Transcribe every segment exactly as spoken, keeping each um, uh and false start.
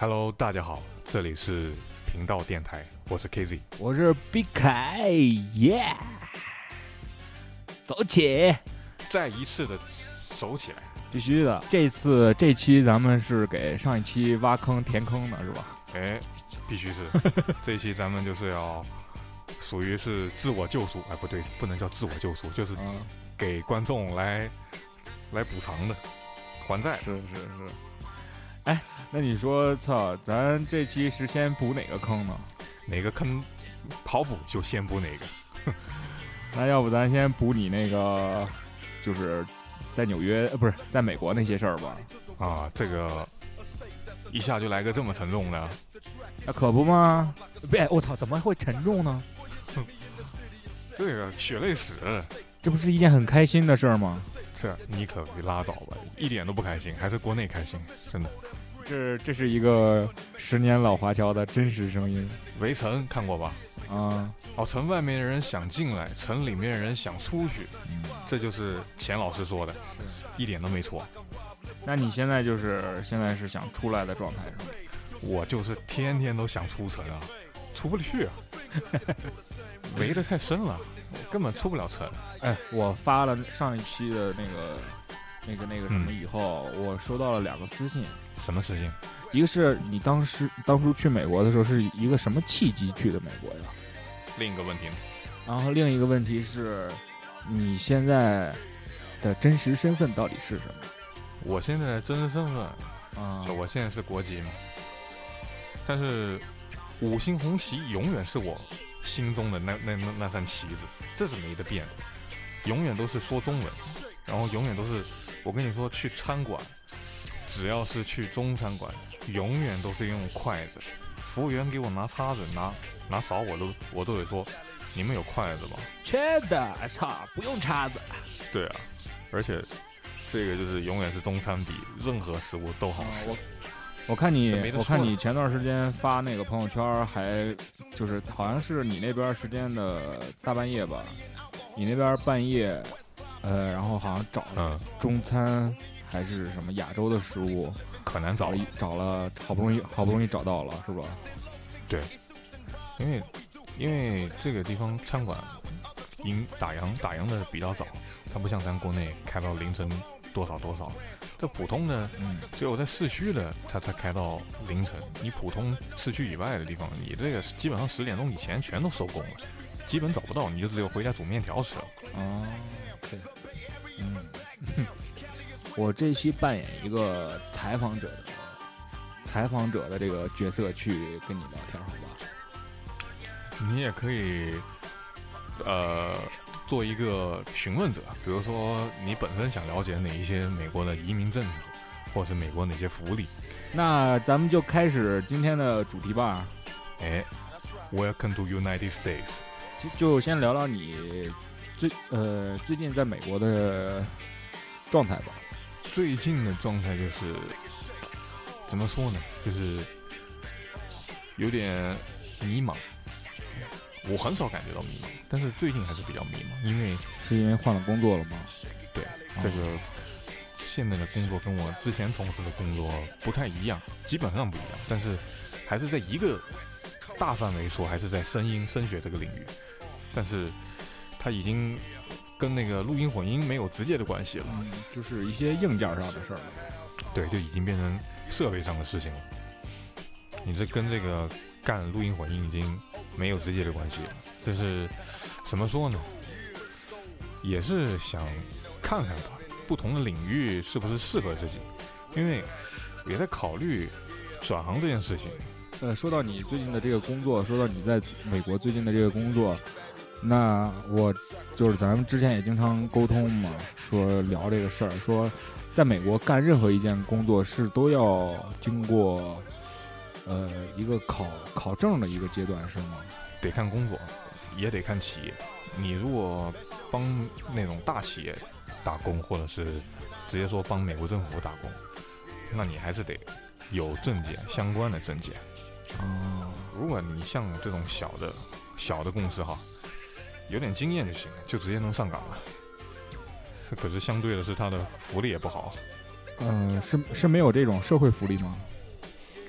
Hello， 大家好，这里是频道电台，我是 K Z， 我是毕凯，耶、yeah ！走起， 再一次的走起来， 必须的。这次这期咱们是给上一期挖坑填坑的，是吧？ 哎，必须是。这一期咱们就是要属于是自我救赎，哎，不对，不能叫自我救赎，就是给观众来、嗯、来补偿的，还债。 是是是。哎，那你说，操，咱这期是先补哪个坑呢？ 哪个坑跑补就先补哪个。 那要不咱先补你那个，就是在纽约，呃，不是在美国那些事儿吧？ 啊，这个一下就来个这么沉重的， 那可不吗？别，我操，怎么会沉重呢？ 这个血泪史， 这不是一件很开心的事儿吗？ 这你可别拉倒吧，一点都不开心，还是国内开心，真的。 这这是一个十年老华侨的真实声音。 围城看过吧？ 啊， 哦，城外面的人想进来，城里面的人想出去，嗯、这就是钱老师说的，一点都没错。 那你现在就是现在是想出来的状态是吗？ 我就是天天都想出城啊，出不去啊，围得太深了，根本出不了城。 哎，我发了上一期的那个那个那个什么以后，嗯、我收到了两个私信。 什么事情？ 一个是你当时当初去美国的时候是一个什么契机去的美国呀？ 另一个问题呢？ 然后另一个问题是，你现在的真实身份到底是什么？ 我现在的真实身份啊， 我现在是国籍嘛，但是五星红旗永远是我心中的那那那那扇旗子，这是没得变的，永远都是说中文，然后永远都是，我跟你说，去餐馆，只要是去中餐馆，永远都是用筷子，服务员给我拿叉子拿拿勺，我都我都得说，你们有筷子吗？ 缺的，操，不用叉子。 对啊，而且这个就是永远是中餐比任何食物都好吃。 啊、我我看你，我看你前段时间发那个朋友圈，还就是好像是你那边时间的大半夜吧，你那边半夜，呃，然后好像找中餐。嗯还是什么亚洲的食物， 可难找， 找了好不容易好不容易找到了，是吧？ 对，因为因为这个地方餐馆营打烊打烊的比较早，它不像咱国内开到凌晨多少多少，这普通的，嗯，只有在市区的它才开到凌晨，你普通市区以外的地方，你这个基本上十点钟以前全都收工了，基本找不到，你就只有回家煮面条吃了。 哦，对，嗯。我这期扮演一个采访者的采访者的这个角色去跟你聊天，好吧？ 你也可以，呃，做一个询问者，比如说你本身想了解哪一些美国的移民政策，或是美国哪些福利。 那咱们就开始今天的主题吧。 哎 ，Welcome to United States。 就先聊聊你最呃最近在美国的状态吧。 最近的状态就是怎么说呢，就是有点迷茫。我很少感觉到迷茫，但是最近还是比较迷茫，因为是因为换了工作了吗？ 对，这个现在的工作跟我之前从事的工作不太一样，基本上不一样，但是还是在一个大范围说，还是在声音声学这个领域，但是它已经跟那个录音混音没有直接的关系了， 嗯，就是一些硬件上的事儿。 对，就已经变成设备上的事情了。你这跟这个干录音混音已经没有直接的关系了。就是怎么说呢，也是想看看吧，不同的领域是不是适合自己，因为也在考虑转行这件事情。 呃，说到你最近的这个工作，说到你在美国最近的这个工作。那我就是咱们之前也经常沟通嘛，说聊这个事儿，说在美国干任何一件工作是都要经过呃一个考考证的一个阶段，是吗？ 得看工作，也得看企业。你如果帮那种大企业打工，或者是直接说帮美国政府打工，那你还是得有证件，相关的证件。 哦， 如果你像这种小的小的公司哈，有点经验就行了，就直接能上岗了。可是相对的是，他的福利也不好。 嗯、呃，是是没有这种社会福利吗？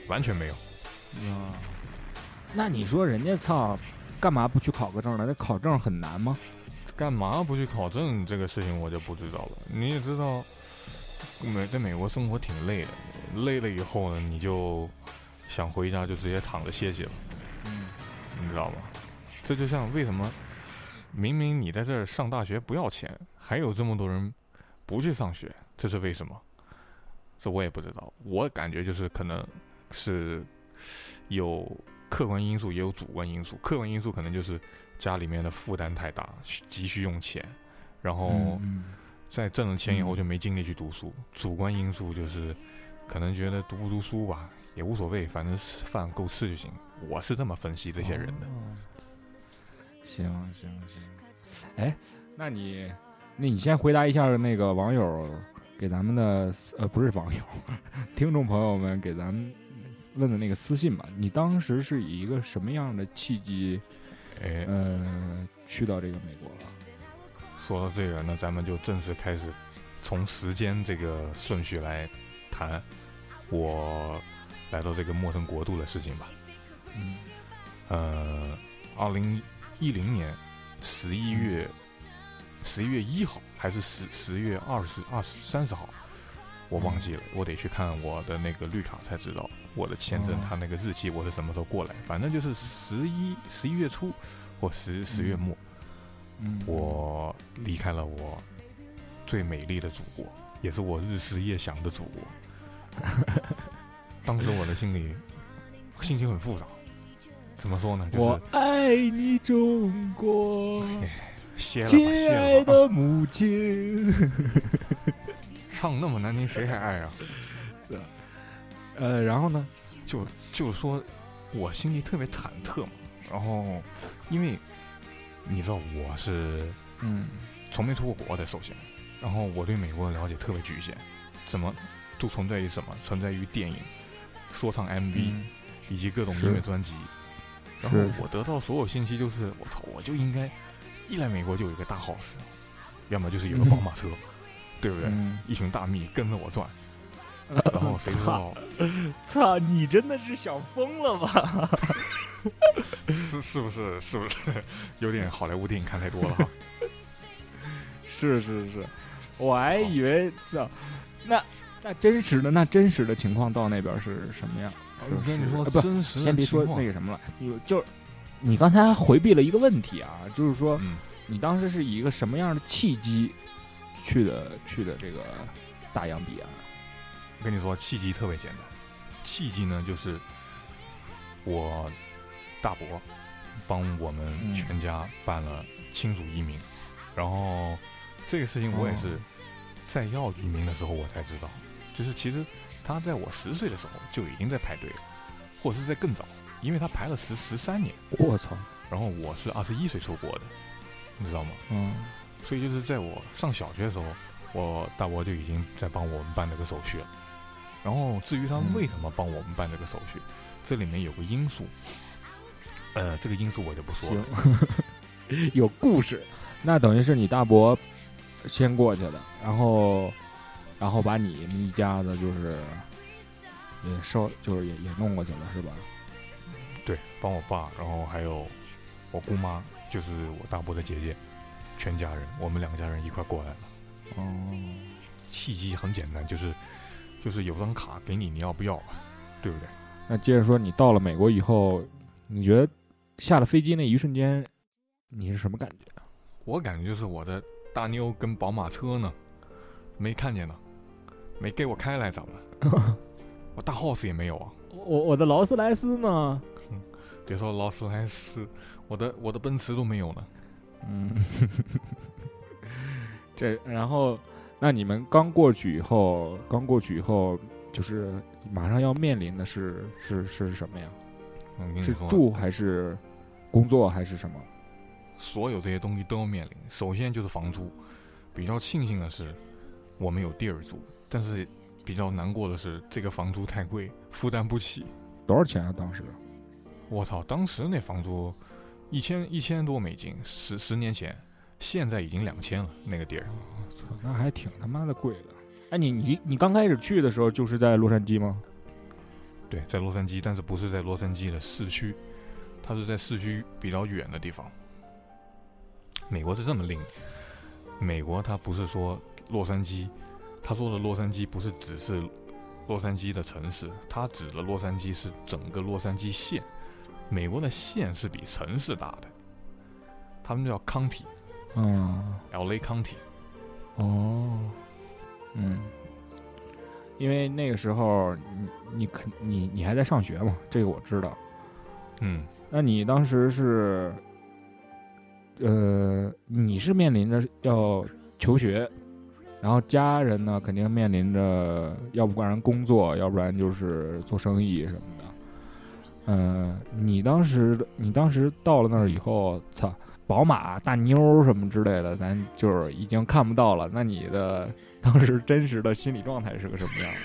完全没有。 啊，那你说人家操，干嘛不去考个证呢？那考证很难吗？ 干嘛不去考证这个事情我就不知道了。你也知道，美在美国生活挺累的，累了以后呢，你就想回家就直接躺着歇歇了。 嗯， 你知道吗？这就像为什么明明你在这儿上大学不要钱，还有这么多人不去上学，这是为什么？这我也不知道。我感觉就是可能是有客观因素，也有主观因素。客观因素可能就是家里面的负担太大，急需用钱，然后在挣了钱以后就没精力去读书。嗯、主观因素就是可能觉得读不读书吧也无所谓，反正饭够吃就行。我是这么分析这些人的。 哦、行行行，哎，那你那你先回答一下那个网友给咱们的呃不是网友，听众朋友们给咱们问的那个私信吧。你当时是以一个什么样的契机， 哎呃去到这个美国了？ 说到这个，那咱们就正式开始从时间这个顺序来谈我来到这个陌生国度的事情吧。 嗯， 呃，二零一零年十一月十一月一号还是十十月二十二十三十号，我忘记了，嗯、我得去看我的那个绿卡才知道我的签证，它那个日期我是什么时候过来，反正就是十一十一月初或十十月末， 嗯， 我离开了我最美丽的祖国，也是我日思夜想的祖国。当时我的心里心情很复杂。怎么说呢？就是我爱你中国， 亲爱的母亲。 唱那么难听，谁还爱啊？ 是啊。呃，然后呢， 就就是说，我心里特别忐忑嘛。然后，因为你知道我是嗯从没出过国的，首先，然后我对美国的了解特别局限，怎么就存在于什么？存在于电影、说唱 M V、嗯、以及各种音乐专辑。然后我得到所有信息就是，我操，我就应该一来美国就有一个大 house， 要么就是有个宝马车，嗯、对不对？ 嗯、 一群大蜜跟着我转，然后谁知道？ 操，你真的是想疯了吧？ 是是不是？是不是有点好莱坞电影看太多了哈？ 是是是，我还以为这那那真实的那真实的情况到那边是什么样？ 我跟你说， 不，先别说那个什么了，你就你刚才回避了一个问题啊，就是说， 嗯、 你当时是以一个什么样的契机去的去的这个大洋彼岸？ 我跟你说，契机特别简单，契机呢就是我大伯帮我们全家办了亲属移民，嗯、然后这个事情我也是在要移民的时候我才知道，就是其实。他在我十岁的时候就已经在排队了，或者是在更早，因为他排了十十三年。 我操！ 然后我是二十一岁出国的，你知道吗？ 嗯。 所以就是在我上小学的时候，我大伯就已经在帮我们办这个手续了。然后至于他为什么帮我们办这个手续，嗯、这里面有个因素，呃，这个因素我就不说了。 有故事，那等于是你大伯先过去的，然后。然后把你们一家子就是也收，就是也也弄过去了，是吧？ 对，帮我爸，然后还有我姑妈，就是我大伯的姐姐，全家人，我们两家人一块过来了。 哦， 契机很简单，就是就是有张卡给你，你要不要，对不对？ 那接着说，你到了美国以后，你觉得下了飞机那一瞬间，你是什么感觉？ 我感觉就是我的大妞跟宝马车呢，没看见呢。没给我开来咋了？我大 house 也没有啊。 我我的劳斯莱斯呢？ 别说劳斯莱斯，我的我的奔驰都没有呢。 嗯，这然后那你们刚过去以后，刚过去以后，就是马上要面临的是是是什么呀？是住还是工作还是什么？ 所有这些东西都要面临。首先就是房租，比较庆幸的是我们有地儿住。但是比较难过的是，这个房租太贵，负担不起。 多少钱啊？当时？ 我操，当时那房租一千一千多美金，十十年前，现在已经两千了。那个地儿， 哦，那还挺他妈的贵的。哎，你你你刚开始去的时候就是在洛杉矶吗？ 对，在洛杉矶，但是不是在洛杉矶的市区，它是在市区比较远的地方。美国是这么令的，美国它不是说洛杉矶，他说的洛杉矶不是只是洛杉矶的城市，它指的洛杉矶是整个洛杉矶县。美国的县是比城市大的，他们叫 county， 嗯 L A County。 哦，嗯，因为那个时候你你肯你你还在上学嘛，这个我知道。 嗯， 那你当时是，呃，你是面临着要求学，然后家人呢肯定面临着要不然工作，要不然就是做生意什么的。嗯、呃，你当时你当时到了那儿以后，操，宝马、大妞什么之类的，咱就是已经看不到了。那你的当时真实的心理状态是个什么样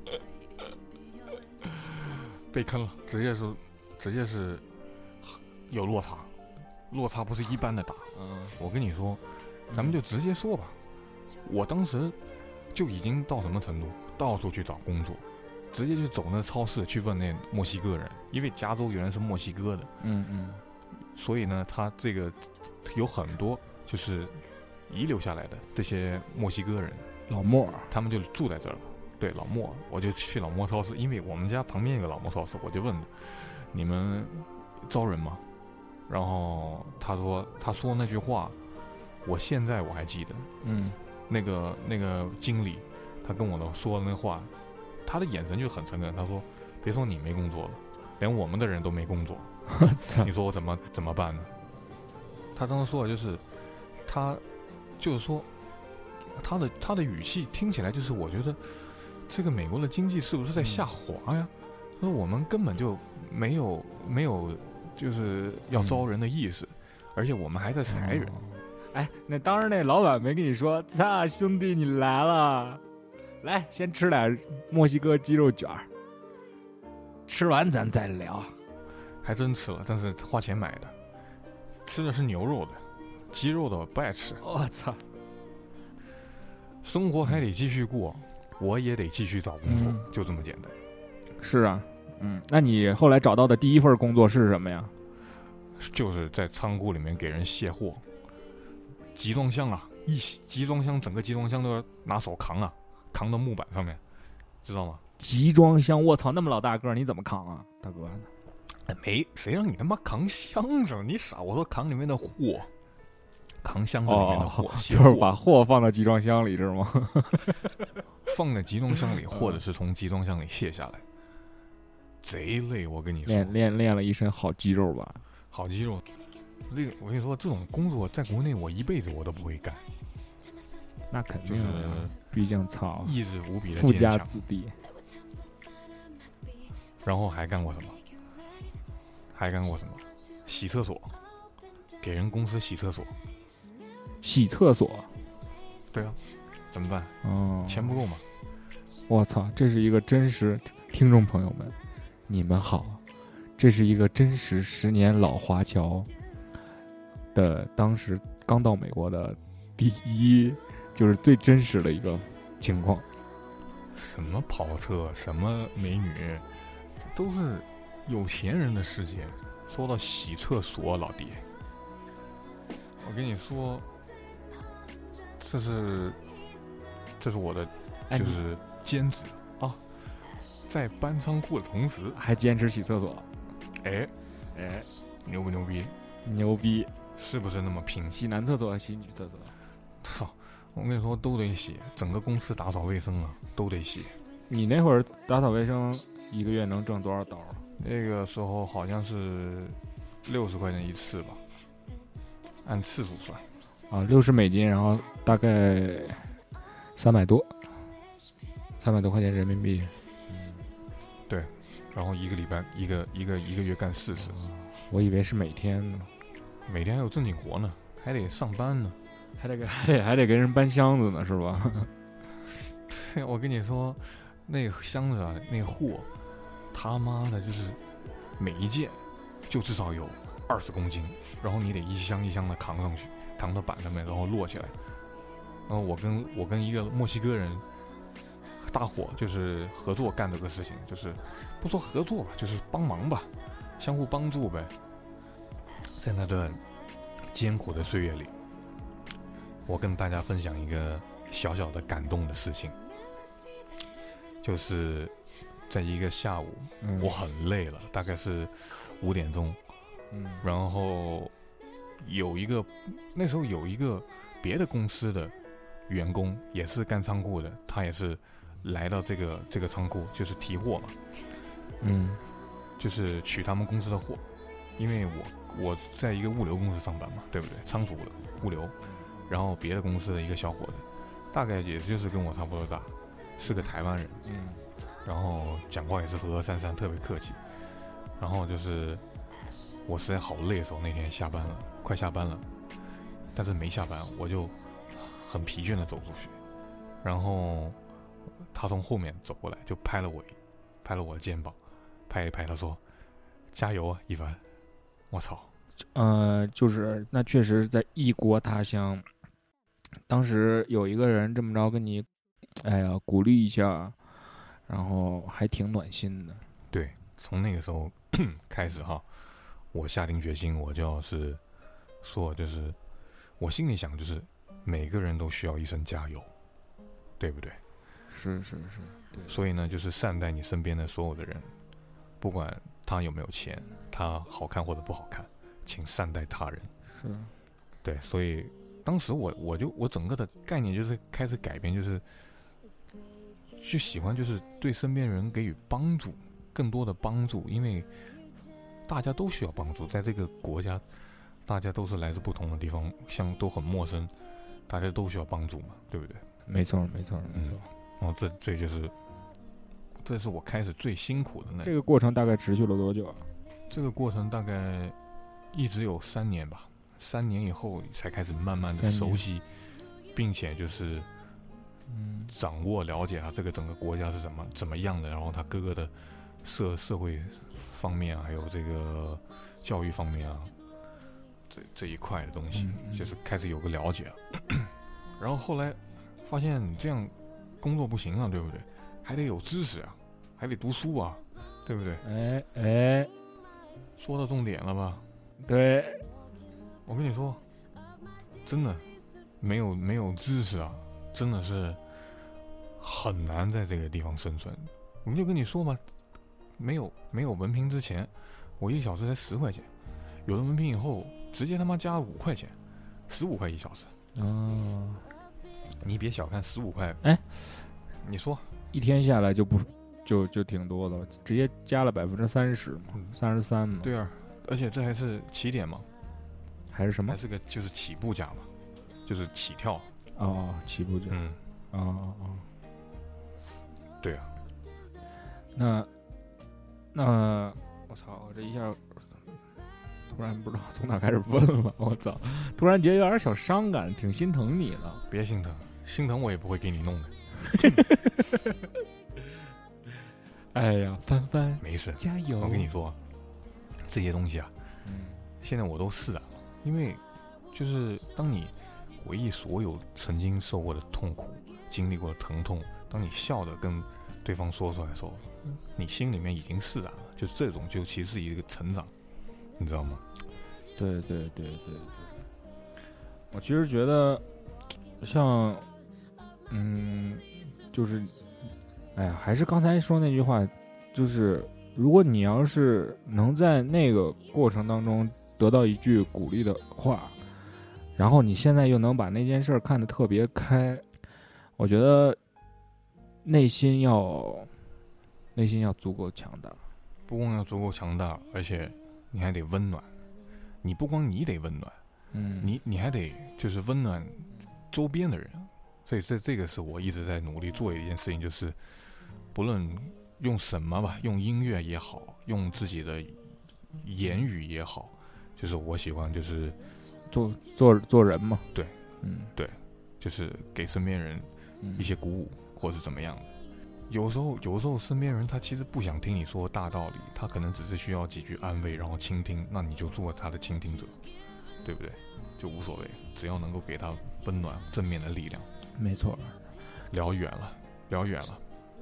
的？被坑了，直接是直接是有落差，落差不是一般的大。嗯，我跟你说，咱们就直接说吧。我当时就已经到什么程度，到处去找工作。直接就走那超市去问那墨西哥人，因为加州原来是墨西哥的， 嗯嗯， 所以呢，他这个有很多就是遗留下来的这些墨西哥人， 老莫， 他们就住在这儿了。对，老莫，我就去老莫超市，因为我们家旁边有个老莫超市，我就问你们招人吗？然后他说他说那句话，我现在我还记得， 嗯， 那个那个经理他跟我的说的那话。他的眼神就很诚恳，他说：“别说你没工作了，连我们的人都没工作，你说我怎么怎么办呢？”他当时说的就是，他就是说，他的他的语气听起来就是，我觉得这个美国的经济是不是在下滑呀？他说我们根本就没有没有就是要招人的意思，嗯、而且我们还在裁人。 嗯、哎，那当时那老板没跟你说，操兄弟你来了。来，先吃点墨西哥鸡肉卷儿，吃完咱再聊。 还真吃了，但是花钱买的，吃的是牛肉的，鸡肉的我不爱吃。 我操！ 生活还得继续过，我也得继续找工作， 嗯、 就这么简单。 是啊，嗯，那你后来找到的第一份工作是什么呀？ 就是在仓库里面给人卸货，集装箱啊，一集装箱，整个集装箱都要拿手扛啊。扛到木板上面，知道吗？ 集装箱，我操，那么老大个，你怎么扛啊，大哥？ 没，谁让你他妈扛箱子？你傻！我说扛里面的货，扛箱子里面的货， 哦、就是把货放到集装箱里，是吗？ 放在集装箱里，或者是从集装箱里卸下来，贼累。我跟你说， 练练练了一身好肌肉吧？ 好肌肉。这个我跟你说，这种工作在国内我一辈子我都不会干。 那肯定的，毕竟操， 意志无比的富家子弟。 然后还干过什么？还干过什么？洗厕所，给人公司洗厕所。 洗厕所？ 对啊，怎么办？ 哦， 钱不够嘛。 我操，这是一个真实，听众朋友们，你们好，这是一个真实十年老华侨的，当时刚到美国的第一。就是最真实的一个情况， 什么跑车，什么美女，都是有钱人的世界。说到洗厕所，老弟，我跟你说，这是这是我的就是兼职啊，在搬仓库的同时还坚持洗厕所， 哎哎，牛不牛逼？ 牛逼， 是不是那么拼？ 洗男厕所还洗女厕所？ 操！我跟你说，都得洗，整个公司打扫卫生啊，都得洗。 你那会儿打扫卫生一个月能挣多少刀？ 那个时候好像是六十块钱一次吧，按次数算。 啊，六十美金，然后大概三百多，三百多块钱人民币。 嗯，对，然后一个礼拜，一个一个一个月干四次。 我以为是每天呢， 每天还有正经活呢，还得上班呢。 还得给还得还得给人搬箱子呢，是吧？ 我跟你说，那个箱子啊，那个货，他妈的，就是每一件就至少有二十公斤，然后你得一箱一箱的扛上去，扛到板上面，然后摞起来。然后我跟我跟一个墨西哥人大伙就是合作干这个事情，就是不说合作吧，就是帮忙吧，相互帮助呗。在那段艰苦的岁月里，我跟大家分享一个小小的感动的事情，就是在一个下午， 嗯、 我很累了，大概是五点钟， 嗯， 然后有一个那时候有一个别的公司的员工，也是干仓库的，他也是来到这个这个仓库，就是提货嘛， 嗯， 就是取他们公司的货，因为我我在一个物流公司上班嘛，对不对？仓储的物流，然后别的公司的一个小伙子，大概也就是跟我差不多大，是个台湾人， 嗯， 然后讲话也是和和善善，特别客气。然后就是我实在好累的时候，那天下班了，快下班了，但是没下班，我就很疲倦的走出去，然后他从后面走过来，就拍了我，拍了我的肩膀，拍一拍，他说：“加油啊，一凡！”我操！ 呃，就是那确实在异国他乡，当时有一个人这么着跟你，哎呀，鼓励一下，然后还挺暖心的。 对，从那个时候开始哈，我下定决心，我就要是说，就是我心里想，就是每个人都需要一声加油，对不对？ 是是是，对。 所以呢，就是善待你身边的所有的人，不管他有没有钱，他好看或者不好看，请善待他人。 是， 对，所以当时我我就我整个的概念就是开始改变，就是就喜欢就是对身边人给予帮助，更多的帮助，因为大家都需要帮助，在这个国家，大家都是来自不同的地方，像都很陌生，大家都需要帮助嘛，对不对？ 没错没错没错。 哦，这这就是这是我开始最辛苦的那这个过程大概持续了多久啊？ 这个过程大概一直有三年吧，三年以后才开始慢慢的熟悉，并且就是嗯掌握了解他这个整个国家是怎么怎么样的，然后他各个的社社会方面啊，还有这个教育方面啊，这这一块的东西， 嗯嗯就是开始有个了解了。然后后来发现这样工作不行啊，对不对？还得有知识啊，还得读书啊，对不对？ 哎哎， 说到重点了吧？ 对， 我跟你说，真的没有没有知识啊，真的是很难在这个地方生存。我们就跟你说嘛，没有没有文凭之前，我一个小时才十块钱，有了文凭以后，直接他妈加了五块钱，十五块一小时。 哦， 你别小看十五块， 哎， 你说一天下来就不就就挺多的，直接加了百分之三十嘛，三十三嘛。 对啊，而且这还是起点嘛， 还是什么？ 还是个就是起步价嘛，就是起跳。 哦，起步价。 嗯， 哦哦哦， 对啊。 那那我操，我这一下突然不知道从哪开始问了，我操，突然觉得有点小伤感，挺心疼你的。 别心疼，心疼我也不会给你弄的。 哎呀，帆帆， 没事， 加油！ 我跟你说，这些东西啊， 嗯， 现在我都释然了，因为就是当你回忆所有曾经受过的痛苦、经历过的疼痛，当你笑着跟对方说出来的时候，你心里面已经释然了。就是这种，就其实是一个成长，你知道吗？ 对对对对对，我其实觉得，像，嗯，就是。哎呀，还是刚才说那句话，就是如果你要是能在那个过程当中得到一句鼓励的话，然后你现在又能把那件事看得特别开，我觉得内心要内心要足够强大， 不光要足够强大，而且你还得温暖。你不光你得温暖， 嗯， 你你还得就是温暖周边的人。所以这这个是我一直在努力做的一件事情，就是不论用什么吧，用音乐也好，用自己的言语也好，就是我喜欢就是做做做人嘛。 对， 嗯， 对，就是给身边人一些鼓舞，或是怎么样的。有时候有时候身边人他其实不想听你说大道理，他可能只是需要几句安慰，然后倾听，那你就做他的倾听者，对不对？就无所谓，只要能够给他温暖正面的力量。 没错， 聊远了，聊远了。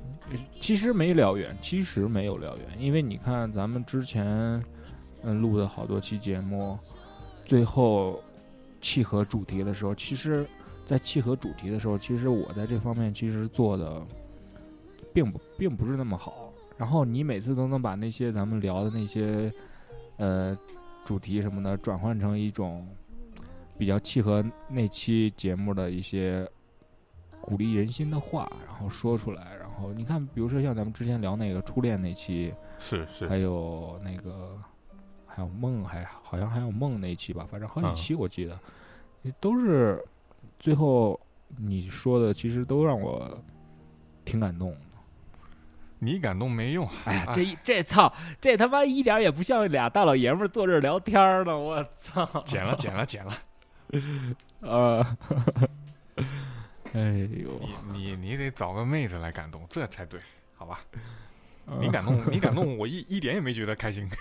其实没聊远，其实没有聊远，因为你看咱们之前嗯录的好多期节目，最后契合主题的时候，其实在契合主题的时候，其实我在这方面其实做的并不并不是那么好。然后你每次都能把那些咱们聊的那些呃主题什么的转换成一种比较契合那期节目的一些鼓励人心的话，然后说出来。然后你看，比如说像咱们之前聊那个初恋那期， 是是， 还有那个还有梦，还好像还有梦那一期吧，反正好几期我记得，嗯、都是最后你说的，其实都让我挺感动的。 你感动没用， 哎呀，这这操，这他妈一点也不像俩大老爷们儿坐这儿聊天呢，我操！ 剪了剪了剪了， 呃，哎呦， 你你你得找个妹子来感动，这才对，好吧？你感动你感动我一一点也没觉得开心。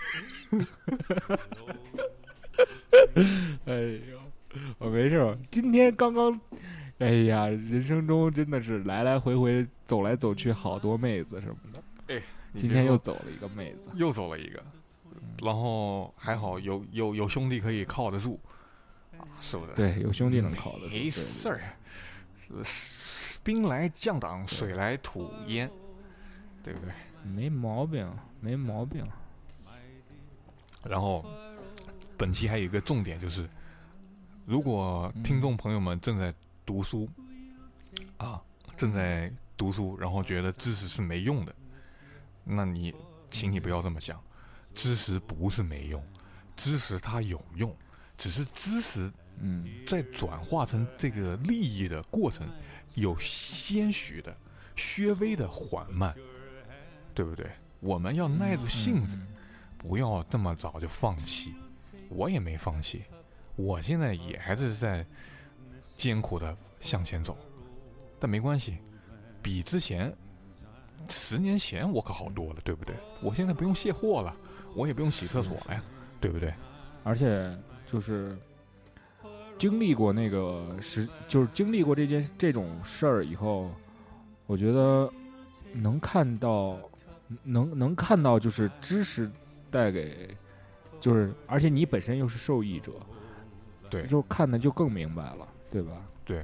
哎呦，我没事，今天刚刚。哎呀，人生中真的是来来回回走来走去好多妹子什么的。 哎， 今天又走了一个妹子， 又走了一个，然后还好有有有兄弟可以靠得住，是不是？ 对，有兄弟能靠得住。 没事儿，兵来将挡，水来土掩，对不对？ 没毛病，没毛病。 然后，本期还有一个重点就是，如果听众朋友们正在读书啊，正在读书，然后觉得知识是没用的，那你请你不要这么想，知识不是没用，知识它有用，只是知识嗯在转化成这个利益的过程有些许的略微的缓慢，对不对？我们要耐住性子，不要这么早就放弃。我也没放弃，我现在也还是在艰苦的向前走，但没关系，比之前十年前我可好多了，对不对？我现在不用卸货了，我也不用洗厕所了呀，对不对？ 而且就是经历过那个时，就是经历过这件这种事儿以后，我觉得能看到，能能看到，就是知识带给，就是而且你本身又是受益者， 对， 就看的就更明白了。对吧？ 对，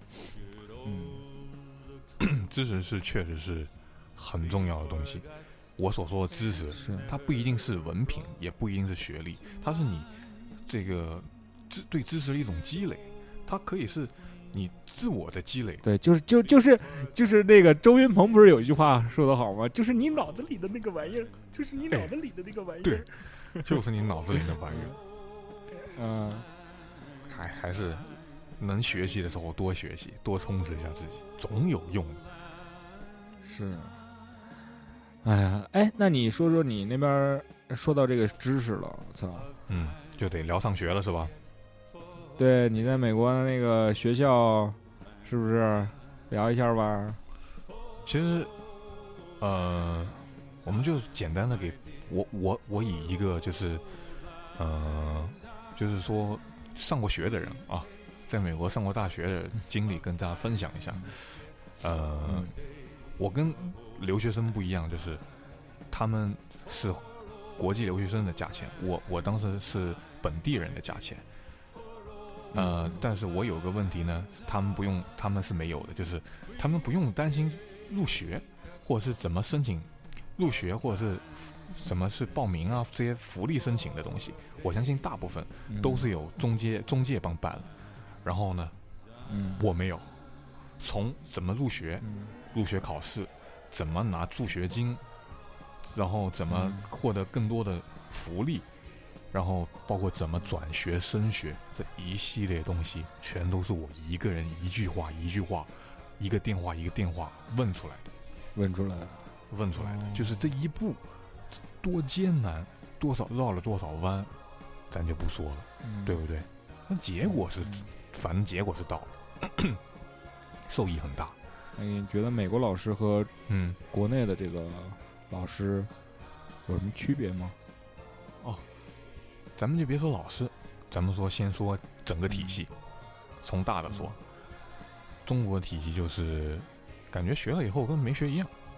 嗯， 知识是确实是很重要的东西。我所说的知识，它不一定是文凭，也不一定是学历，它是你这个对知识的一种积累，它可以是你自我的积累。 对，就是就就是就是那个周云鹏不是有一句话说得好吗？就是你脑子里的那个玩意儿，就是你脑子里的那个玩意儿。 对，就是你脑子里的玩意儿。 嗯、呃， 还还是。能学习的时候多学习，多充实一下自己，总有用的。 是，哎呀，哎，那你说说你那边说到这个知识了，我操， 嗯，就得聊上学了是吧？ 对，你在美国的那个学校，是不是聊一下吧？ 其实，呃，我们就简单的给我我我以一个就是，呃，就是说上过学的人啊。在美国上过大学的经历跟大家分享一下。呃，嗯、我跟留学生不一样，就是他们是国际留学生的价钱，我我当时是本地人的价钱。呃，但是我有个问题呢，他们不用，他们是没有的，就是他们不用担心入学或者是怎么申请入学，或者是什么是报名啊这些福利申请的东西，我相信大部分都是有中介中介帮办的。然后呢，嗯，我没有，从怎么入学、嗯、入学考试，怎么拿助学金，然后怎么获得更多的福利，嗯、然后包括怎么转学升学这一系列东西，全都是我一个人一句话一句话，一个电话一个电话问出来的， 问出来的， 问出来的，哦、就是这一步多艰难，多少绕了多少弯，咱就不说了，嗯、对不对？那结果是。嗯反正结果是到了，受益很大。 你觉得美国老师和嗯国内的这个老师有什么区别吗？ 哦，咱们就别说老师，咱们说先说整个体系，嗯、从大的说，中国体系就是感觉学了以后跟没学一样，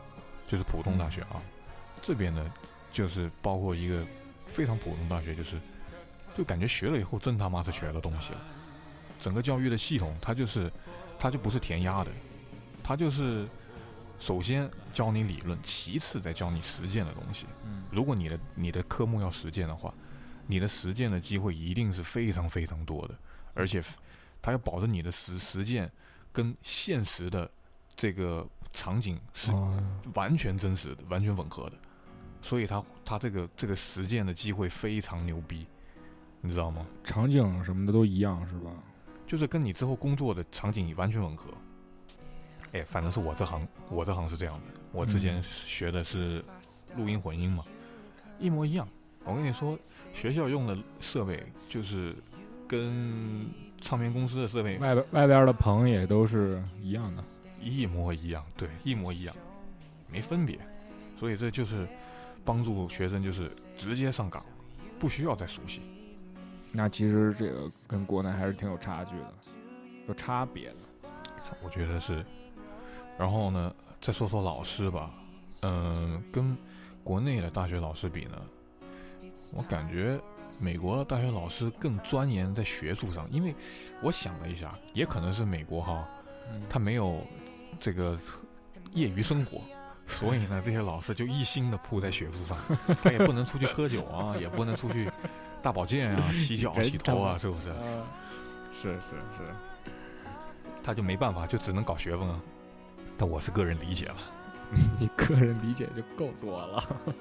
就是普通大学啊。这边呢，就是包括一个非常普通大学，就是就感觉学了以后真他妈是学了东西了。整个教育的系统，它就是它就不是填鸭的，它就是首先教你理论，其次再教你实践的东西。 嗯， 如果你的你的科目要实践的话，你的实践的机会一定是非常非常多的，而且它要保证你的实实践跟现实的这个场景是完全真实的、完全吻合的，所以它它这个这个实践的机会非常牛逼，你知道吗？ 场景什么的都一样是吧？ 就是跟你之后工作的场景完全吻合。哎，反正是我这行，我这行是这样的。我之前学的是录音混音嘛，一模一样。我跟你说，学校用的设备就是跟唱片公司的设备， 外边外边的棚也都是一样的， 一模一样，对，一模一样，没分别。所以这就是帮助学生，就是直接上岗，不需要再熟悉。 那其实这个跟国内还是挺有差距的，有差别的。 我觉得是。然后呢，再说说老师吧，嗯、呃，跟国内的大学老师比呢，我感觉美国的大学老师更钻研在学术上，因为我想了一下，也可能是美国哈，他没有这个业余生活，所以呢，这些老师就一心的扑在学术上，他也不能出去喝酒啊，也不能出去大保健啊、洗脚、洗头啊，是不是？ 呃、是是是， 他就没办法，就只能搞学问啊。但我是个人理解了， 你个人理解就够多了。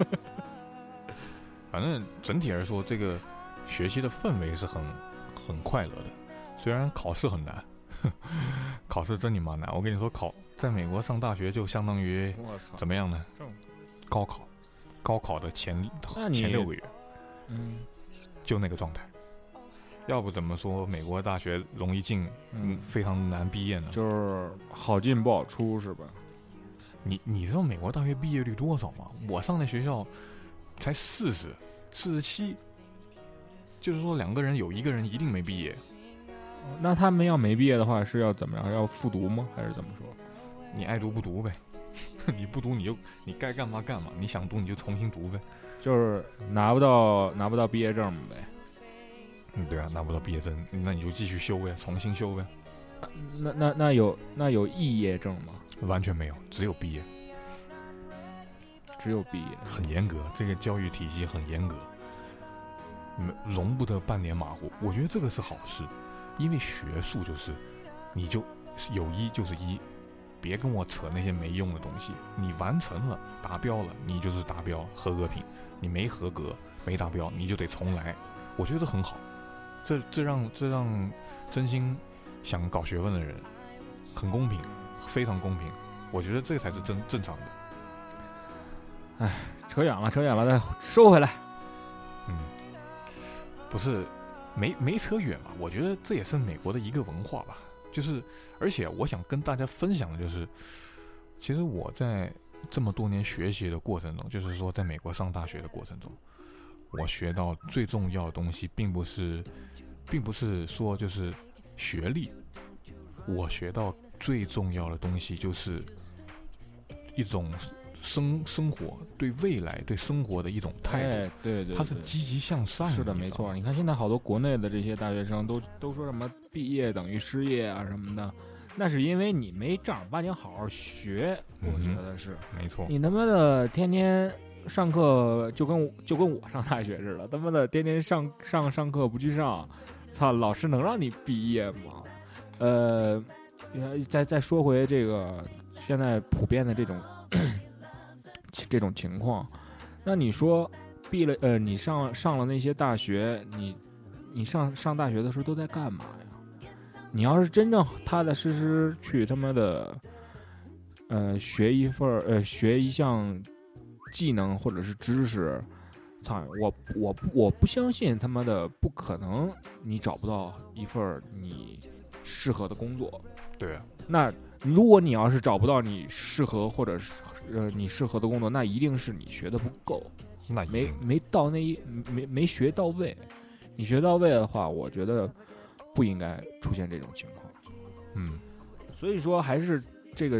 反正整体来说，这个学习的氛围是很很快乐的，虽然考试很难，考试真你妈难。我跟你说，考在美国上大学就相当于怎么样呢？高考，高考的前前六个月， 嗯， 就那个状态。要不怎么说美国大学容易进，嗯，非常难毕业呢？ 就是好进不好出，是吧？ 你你知道美国大学毕业率多少吗？我上那学校才四十、四十七，就是说两个人有一个人一定没毕业。 那他们要没毕业的话是要怎么样？要复读吗？还是怎么说？ 你爱读不读呗，你不读你就你该干嘛干嘛，你想读你就重新读呗， 就是拿不到拿不到毕业证呗。 嗯，对啊，拿不到毕业证，那你就继续修呗，重新修呗。 那那那有那有肄业证吗？ 完全没有，只有毕业。 只有毕业， 很严格，这个教育体系很严格，容不得半点马虎。我觉得这个是好事，因为学术就是你就有一就是一，别跟我扯那些没用的东西。你完成了达标了，你就是达标合格品；你没合格没达标，你就得重来。我觉得这很好。这这让这让真心想搞学问的人很公平，非常公平。我觉得这才是正正常的。 哎，扯远了，扯远了，再收回来。 嗯，不是，没没扯远吧？我觉得这也是美国的一个文化吧。就是，而且我想跟大家分享的就是，其实我在这么多年学习的过程中，就是说在美国上大学的过程中，我学到最重要的东西，并不是，并不是说就是学历，我学到最重要的东西就是一种生生活对未来对生活的一种态度。 哎，对 对, 对， 它是积极向上的。 是的，没错。你看现在好多国内的这些大学生都都说什么毕业等于失业啊什么的，那是因为你没正儿八经好好学， 嗯、 我觉得是没错。 你他妈的天天上课就跟就跟我上大学似的，他妈的天天上上上课不去上，操，老师能让你毕业吗？呃，再再说回这个现在普遍的这种这种情况，那你说毕了呃，你上上了那些大学，你你上上大学的时候都在干嘛呀？你要是真正踏踏实实去他妈的呃学一份呃学一项技能或者是知识，操，我我我不相信他妈的不可能你找不到一份你适合的工作。 对啊， 那如果你要是找不到你适合或者是呃你适合的工作，那一定是你学的不够， 那没没到那一没没学到位。你学到位的话，我觉得不应该出现这种情况。 嗯， 所以说还是这个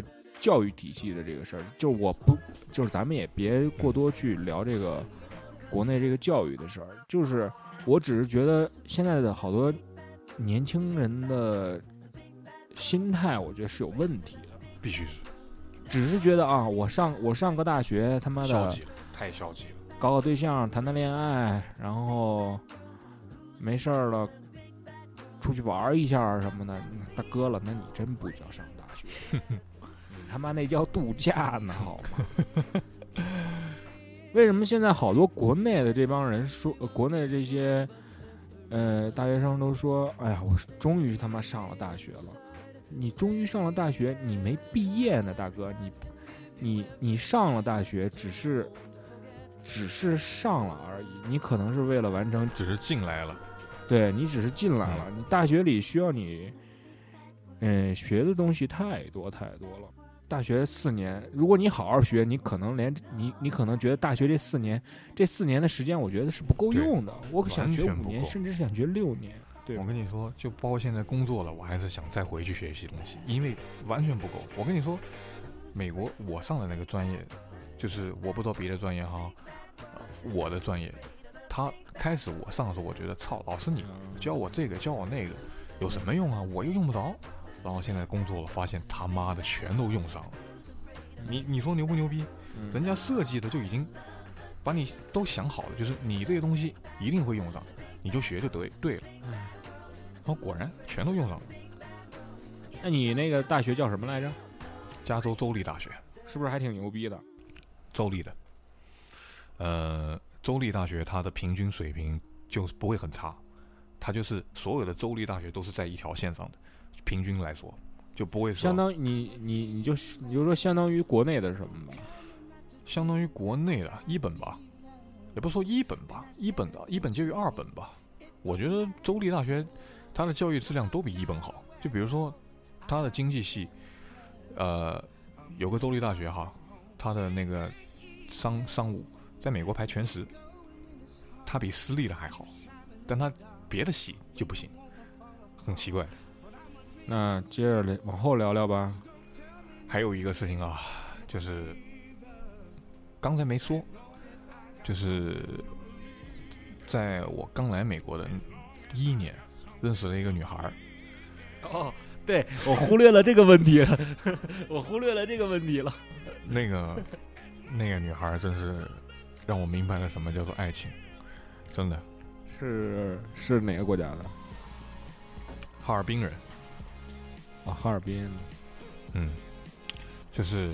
教育体系的这个事儿，就是我不，就是咱们也别过多去聊这个国内这个教育的事儿，就是我只是觉得现在的好多年轻人的心态，我觉得是有问题的， 必须是， 只是觉得啊，我上我上个大学，他妈的消极了，太消极了， 搞搞对象，谈谈恋爱，然后没事儿了，出去玩一下什么的，大哥了，那你真不叫上大学，你他妈那叫度假呢，好吗？为什么现在好多国内的这帮人说，呃、国内这些呃大学生都说，哎呀，我终于他妈上了大学了。你终于上了大学，你没毕业呢，大哥，你你你上了大学，只是只是上了而已，你可能是为了完成， 只是进来了。 对，你只是进来了，你大学里需要你，嗯、呃，学的东西太多太多了。大学四年，如果你好好学，你可能连你你可能觉得大学这四年这四年的时间，我觉得是不够用的。我想学五年，甚至想学六年。对， 我跟你说，就包括现在工作了，我还是想再回去学习东西，因为完全不够。我跟你说，美国我上的那个专业，就是我不知道别的专业哈，我的专业。他开始我上的时候，我觉得操，老师你教我这个教我那个有什么用啊？我又用不着。然后现在工作了，发现他妈的全都用上了。你你说牛不牛逼？人家设计的就已经把你都想好了，就是你这些东西一定会用上，你就学就对对了。然后果然全都用上了。 那你那个大学叫什么来着？ 加州州立大学， 是不是还挺牛逼的？ 州立的。呃。州立大学它的平均水平就是不会很差，它就是所有的州立大学都是在一条线上的，平均来说就不会说相当于你你你就你就说相当于国内的什么吧， 相当于国内的一本吧，也不说一本吧，一本的一本介于二本吧。我觉得州立大学它的教育质量都比一本好，就比如说它的经济系，呃，有个州立大学哈，它的那个商商务。在美国排全十，他比私立的还好，但他别的系就不行，很奇怪。 那接着来往后聊聊吧。 还有一个事情啊，就是刚才没说，就是在我刚来美国的第一年，认识了一个女孩。 哦，对，我忽略了这个问题了，我忽略了这个问题了。 那个那个女孩真是。让我明白了什么叫做爱情，真的是是哪个国家的？ 哈尔滨人啊，哈尔滨， 嗯，就是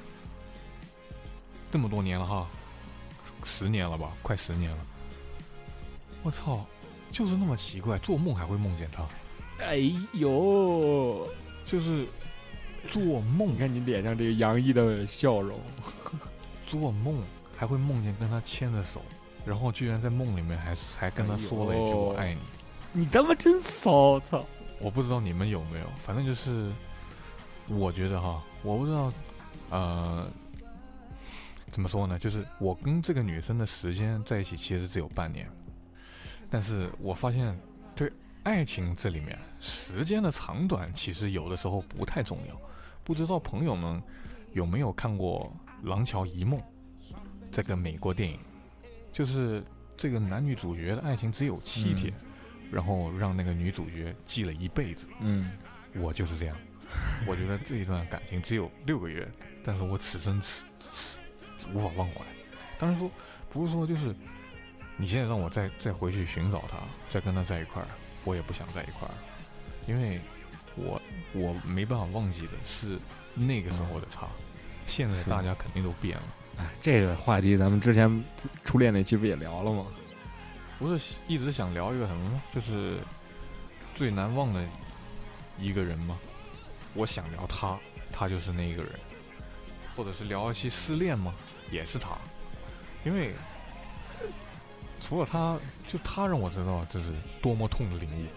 这么多年了哈，十年了吧，快十年了。我操，就是那么奇怪，做梦还会梦见他。 哎呦， 就是做梦， 你看你脸上这个洋溢的笑容， 做梦。还会梦见跟他牵着手，然后居然在梦里面还还跟他说了一句“我爱你”。 你他妈真骚！操！ 我不知道你们有没有，反正就是我觉得哈，我不知道，呃，怎么说呢？就是我跟这个女生的时间在一起其实只有半年，但是我发现对爱情这里面时间的长短其实有的时候不太重要。不知道朋友们有没有看过《廊桥遗梦》？这个美国电影，就是这个男女主角的爱情只有七天，嗯、然后让那个女主角记了一辈子。 嗯， 我就是这样，我觉得这一段感情只有六个月，但是我此生此此无法忘怀。当然说，不是说就是你现在让我再再回去寻找他，再跟他在一块儿，我也不想在一块儿，因为我我没办法忘记的是那个时候的他，嗯、现在大家肯定都变了。 哎，这个话题咱们之前初恋那期不也聊了吗？ 不是一直想聊一个什么吗？就是最难忘的一个人吗？我想聊他，他就是那一个人。或者是聊一期失恋吗？也是他。因为除了他，就他让我知道这是多么痛的领悟。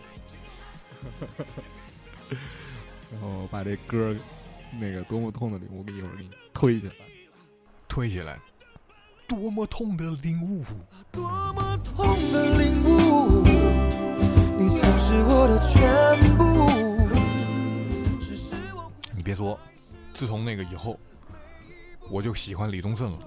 然后把这歌那个多么痛的领悟给一会儿给你推起来。 推起来，多么痛的领悟， 多么痛的领悟，你曾是我的全部。 你别说， 自从那个以后，我就喜欢李宗盛了。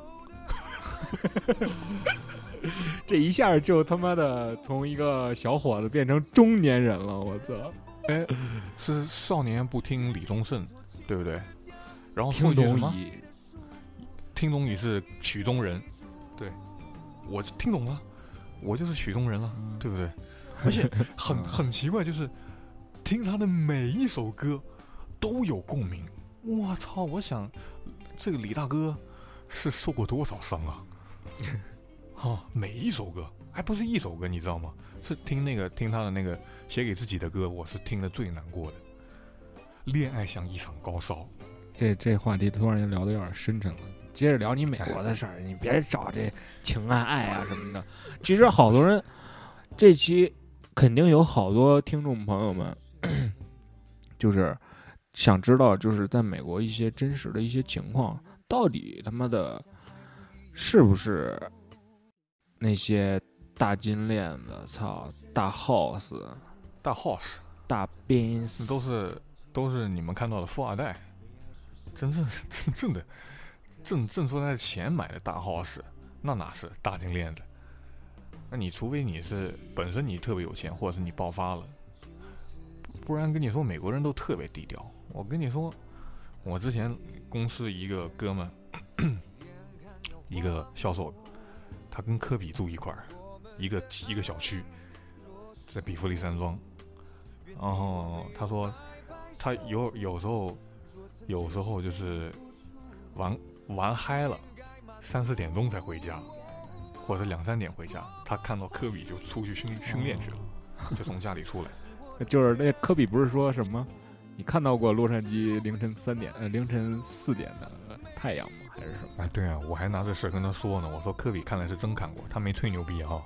这一下就他妈的从一个小伙子变成中年人了，我操！ 哎，是少年不听李宗盛，对不对？然后听说一句什么？ 懂矣， 听懂你是曲中人，对，我听懂了，我就是曲中人了， 嗯对不对？而且很很奇怪，就是听他的每一首歌都有共鸣。我操！我想这个李大哥是受过多少伤啊？啊，每一首歌还不是一首歌，你知道吗？是听那个听他的那个写给自己的歌，我是听得最难过的。恋爱像一场高烧。 这这话题突然就聊得有点深沉了。接着聊你美国的事儿，你别找这情爱爱啊什么的。其实好多人，这期肯定有好多听众朋友们，就是想知道，就是在美国一些真实的一些情况，到底他妈的是不是那些大金链子、操大 house、 大 house、 大 Benz 都是都是你们看到的富二代，真正真正的挣挣出来的钱买的大 house， 那哪是大金链子？那你除非你是本身你特别有钱，或者是你爆发了，不然跟你说美国人都特别低调。我跟你说，我之前公司一个哥们，一个销售，他跟科比住一块儿，一个一个小区，在比弗利山庄。然后他说，他有有时候有时候就是玩玩嗨了，三四点钟才回家，或者两三点回家。他看到科比就出去训训练去了，就从家里出来。 就是那科比不是说什么？你看到过洛杉矶凌晨三点呃凌晨四点的太阳吗？还是什么？ 哎，对啊，我还拿这事跟他说呢。我说科比看来是真看过，他没吹牛逼啊。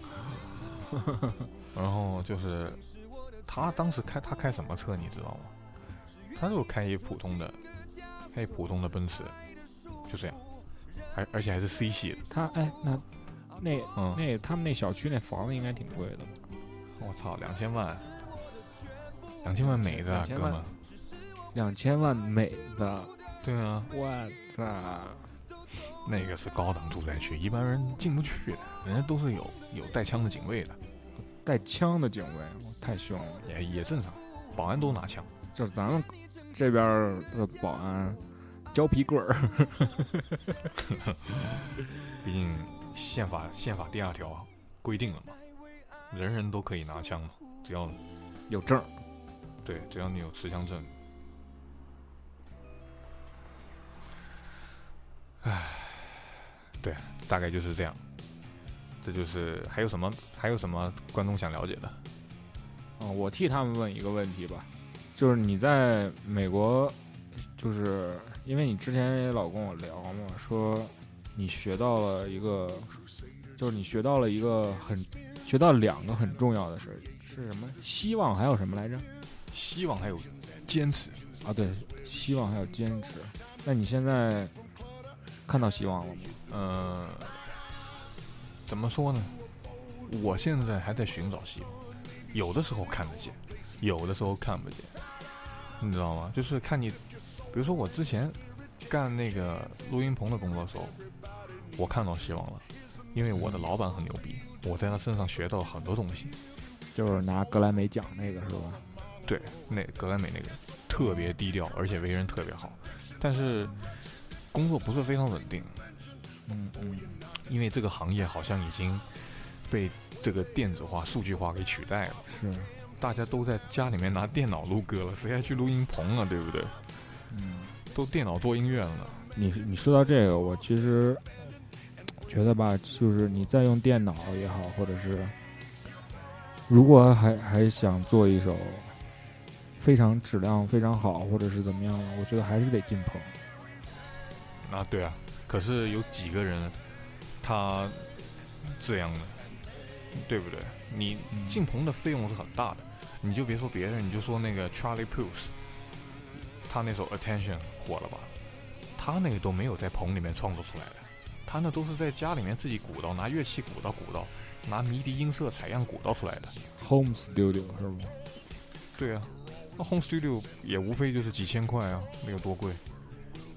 然后就是他当时开他开什么车你知道吗？他就开一普通的，开一普通的奔驰，就这样，而而且还是 C 系的。 他哎那那嗯， 那他们那小区那房子应该挺贵的吧？ 我操，两千万，两千万美的哥们， 两千万美的， 对啊， 我操！ 那个是高档住宅区，一般人进不去的，人家都是有有带枪的警卫的， 带枪的警卫，我太凶了， 也也正常，保安都拿枪。 就咱们这边的保安胶皮棍儿， 毕竟宪法宪法第二条规定了嘛，人人都可以拿枪嘛，只要有证。 对，只要你有持枪证。唉，对，大概就是这样。这就是还有什么还有什么观众想了解的？ 嗯，我替他们问一个问题吧，就是你在美国，就是因为你之前也老跟我聊嘛，说你学到了一个，就是你学到了一个很学到两个很重要的事，是什么？希望还有什么来着？ 希望还有坚持啊，对，希望还有坚持。那你现在看到希望了吗？ 呃，怎么说呢？我现在还在寻找希望，有的时候看得见，有的时候看不见，你知道吗？就是看你，比如说我之前干那个录音棚的工作的时候，我看到希望了，因为我的老板很牛逼，我在他身上学到了很多东西。 就是拿格莱美奖那个是吧？ 对，那格莱美那个特别低调，而且为人特别好，但是工作不是非常稳定。 嗯嗯， 因为这个行业好像已经被这个电子化、数据化给取代了。 是， 大家都在家里面拿电脑录歌了，谁还去录音棚啊？对不对？ 嗯， 都电脑做音乐了。 你你说到这个，我其实觉得吧，就是你在用电脑也好，或者是如果还还想做一首非常质量非常好，或者是怎么样的，我觉得还是得进棚。 啊，对啊。可是有几个人他这样的，对不对？你进棚的费用是很大的，你就别说别人，你就说那个 Charlie Puth， 他那首 Attention 火了吧？他那个都没有在棚里面创作出来的，他那都是在家里面自己鼓捣，拿乐器鼓捣鼓捣，拿迷笛音色采样鼓捣出来的。 Home Studio 是吗？ 对啊，那 Home Studio 也无非就是几千块啊，没有多贵。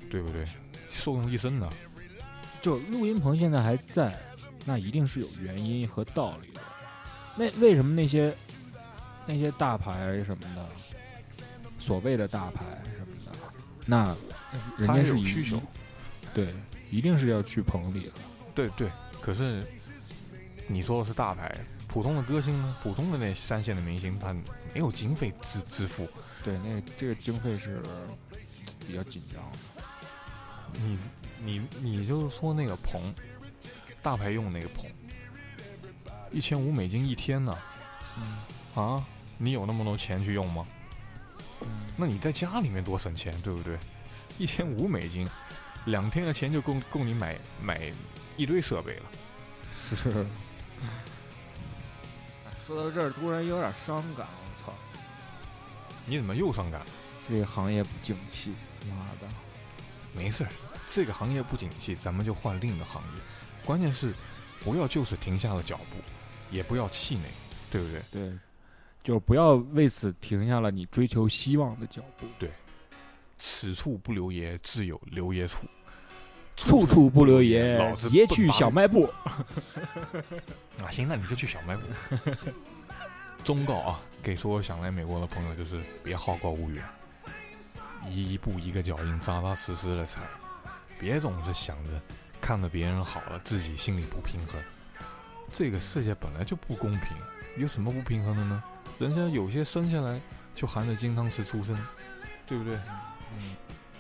对不对？受用一生的。 就录音棚现在还在，那一定是有原因和道理的。那为什么那些那些大牌什么的，所谓的大牌什么的，那人家是有需求， 对，一定是要去棚里的。 对对，可是你说的是大牌，普通的歌星呢？普通的那三线的明星，他没有经费支支付。 对，那这个经费是比较紧张的。 你你你就说那个棚，大牌用那个棚，一千五美金一天呢，嗯啊，你有那么多钱去用吗？嗯，那你在家里面多省钱，对不对？一千五美金，两天的钱就够够你买买一堆设备了。 是。说到这儿，突然有点伤感，我操！ 你怎么又伤感？ 这个行业不景气，妈的！ 没事，这个行业不景气，咱们就换另一个行业。关键是，不要就是停下了脚步，也不要气馁，对不对？ 对，就不要为此停下了你追求希望的脚步。 对，此处不留爷，自有留爷处。 处处不留爷， 老子爷去小卖部。 啊，行，那你就去小卖部。忠告啊，给所有想来美国的朋友，就是别好高骛远，一步一个脚印，扎扎实实的踩，别总是想着看着别人好了，自己心里不平衡。这个世界本来就不公平，有什么不平衡的呢？人家有些生下来就含着金汤匙出生，对不对？嗯。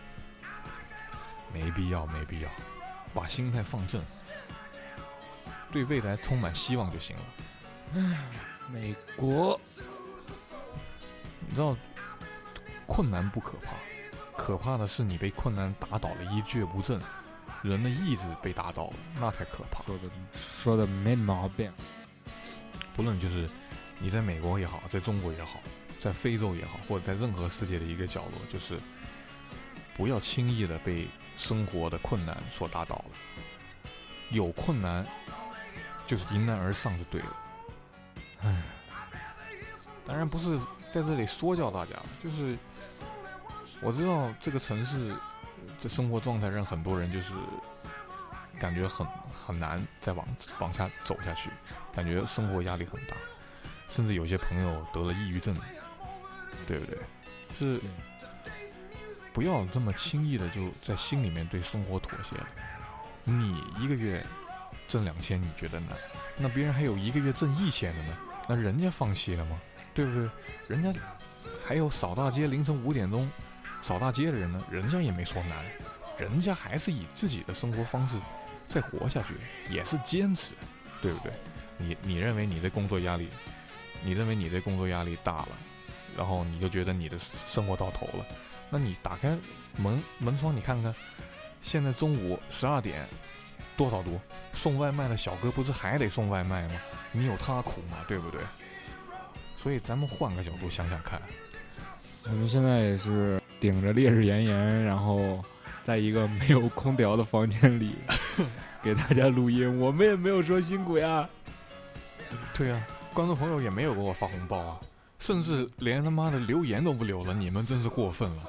没必要，没必要，把心态放正，对未来充满希望就行了。 美国， 你知道，困难不可怕，可怕的是你被困难打倒了，一蹶不振，人的意志被打倒了，那才可怕。 说的说的没毛病。 不论就是你在美国也好，在中国也好，在非洲也好，或者在任何世界的一个角落，就是不要轻易的被生活的困难所打倒了，有困难就是迎难而上就对了。唉，当然不是在这里说教大家，就是我知道这个城市的生活状态让很多人就是感觉很很难再往往下走下去，感觉生活压力很大，甚至有些朋友得了抑郁症，对不对？是。不要这么轻易的就在心里面对生活妥协了。你一个月挣两千，你觉得难？那别人还有一个月挣一千的呢，那人家放弃了吗？对不对？人家还有扫大街凌晨五点钟扫大街的人呢，人家也没说难，人家还是以自己的生活方式在活下去，也是坚持，对不对？你你认为你的工作压力，你认为你的工作压力大了，然后你就觉得你的生活到头了。那你打开门门窗，你看看，现在中午十二点多少度？送外卖的小哥不是还得送外卖吗？你有他苦吗？对不对？所以咱们换个角度想想看， 我们现在也是顶着烈日炎炎，然后在一个没有空调的房间里给大家录音，我们也没有说辛苦呀。 对啊，观众朋友也没有给我发红包啊，甚至连他妈的留言都不留了，你们真是过分了。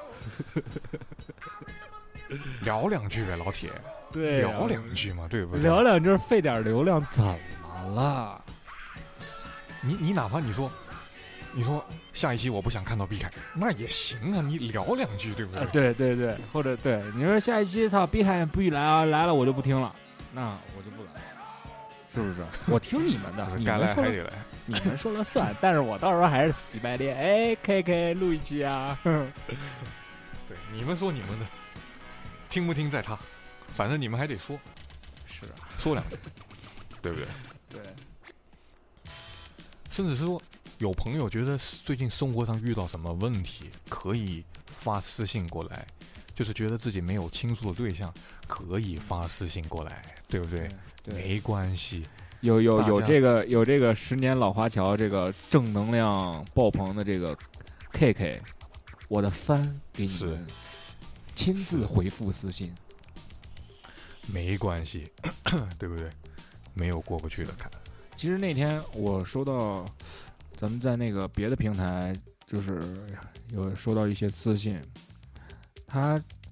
聊两句呗，老铁。 对、啊， 聊两句嘛，对不对？ 聊两句费点流量怎么了？ 你你哪怕你说，你说下一期我不想看到毕凯，那也行啊，你聊两句，对不对？ 啊、对对对，或者对你说下一期操毕凯不许来啊，来了我就不听了，那我就不来，是不是？我听你们的，你该们说来还得来， 你们说了算，但是我到时候还是死乞白赖，哎 ，K K 录一期啊。 对，你们说你们的，听不听在他，反正你们还得说， 是啊， 说两句，对不对？ 对。 甚至是说，有朋友觉得最近生活上遇到什么问题，可以发私信过来，就是觉得自己没有倾诉的对象，可以发私信过来，对不对？ 对对没关系。 有有有这个有这个十年老华侨这个正能量爆棚的这个 K K， 我的番给你们亲自回复私信， 没关系，对不对？没有过不去的坎。 其实那天我收到咱们在那个别的平台，就是有收到一些私信，他